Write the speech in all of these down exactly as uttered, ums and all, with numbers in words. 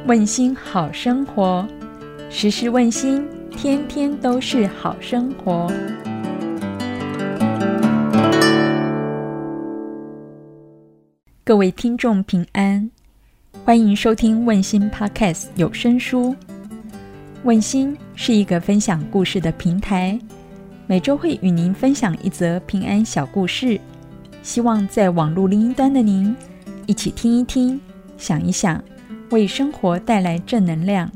问心好生活，时时问心，天天都是好生活。各位听众平安，欢迎收听问心 Podcast 有声书。问心是一个分享故事的平台，每周会与您分享一则平安小故事，希望在网络另一端的您一起听一听，想一想，为生活带来正能量。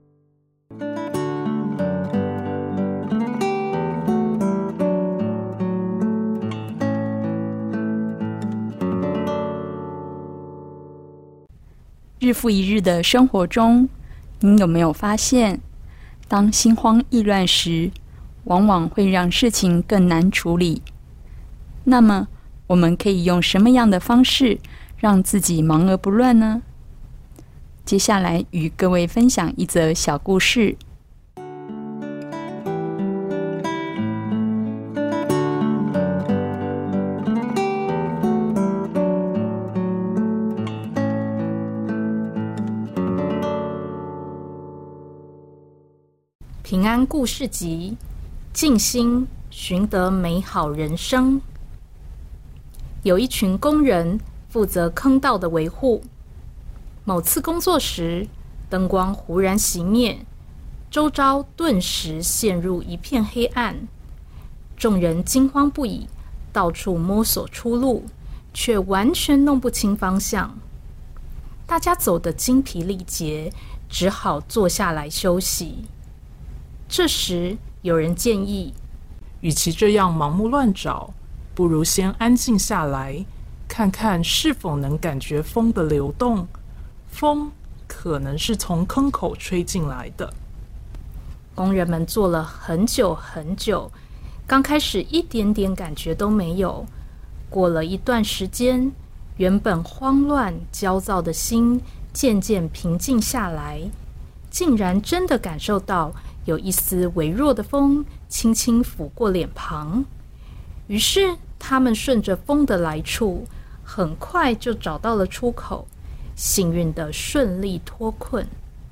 日复一日的生活中，您有没有发现，当心慌意乱时，往往会让事情更难处理？那么，我们可以用什么样的方式让自己忙而不乱呢？接下来与各位分享一则小故事。 平安故事集，静心寻得美好人生。有一群工人负责坑道的维护。某次工作时，灯光忽然熄灭，周遭顿时陷入一片黑暗。众人惊慌不已，到处摸索出路，却完全弄不清方向。大家走得精疲力竭，只好坐下来休息。这时，有人建议， 与其这样盲目乱找，不如先安静下来，看看是否能感觉风的流动。风可能是从坑口吹进来的。 工人们做了很久很久，刚开始一点点感觉都没有。过了一段时间，原本慌乱焦躁的心渐渐平静下来，竟然真的感受到有一丝微弱的风轻轻拂过脸庞。于是他们顺着风的来处，很快就找到了出口，幸运地顺利脱困。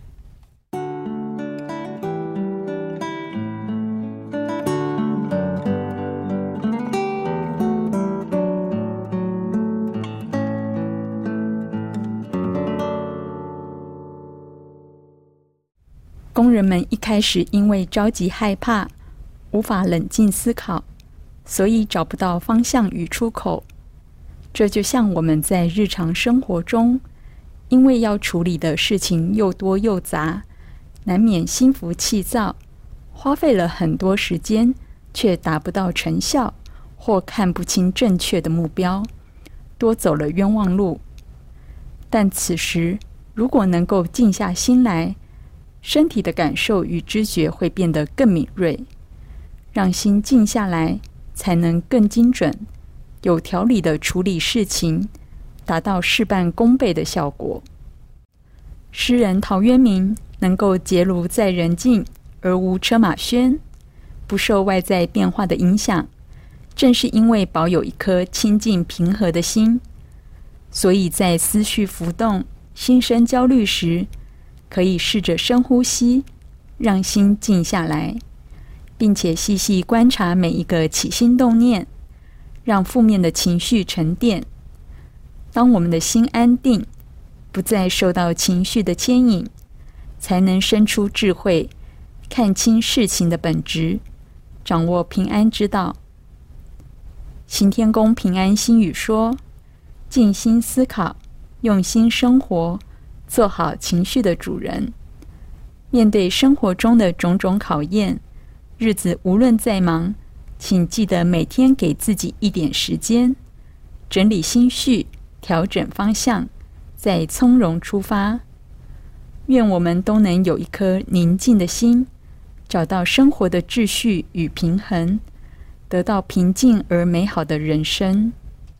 工人们一开始因为着急害怕，无法冷静思考，所以找不到方向与出口。这就像我们在日常生活中，因为要处理的事情又多又杂，难免心浮气躁，花费了很多时间，却达不到成效，或看不清正确的目标，多走了冤枉路。但此时，如果能够静下心来，身体的感受与知觉会变得更敏锐，让心静下来，才能更精准、有条理地处理事情，达到事半功倍的效果。诗人陶渊明能够结庐在人境，而无车马喧，不受外在变化的影响，正是因为保有一颗清静平和的心。所以在思绪浮动、心生焦虑时，可以试着深呼吸，让心静下来，并且细细观察每一个起心动念，让负面的情绪沉淀。当我们的心安定，不再受到情绪的牵引，才能生出智慧，看清事情的本质，掌握平安之道。行天宫平安心语说，静心思考，用心生活，做好情绪的主人。面对生活中的种种考验，日子无论再忙，请记得每天给自己一点时间，整理心绪，调整方向，再从容出发。愿我们都能有一颗宁静的心，找到生活的秩序与平衡，得到平静而美好的人生。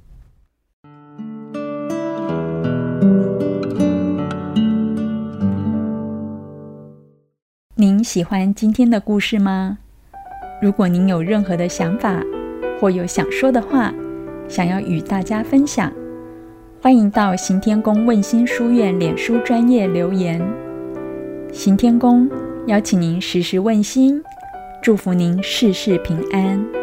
您喜欢今天的故事吗？如果您有任何的想法，或有想说的话，想要与大家分享，欢迎到行天宫问心书院脸书专页留言。 行天宫邀请您时时问心，祝福您事事平安。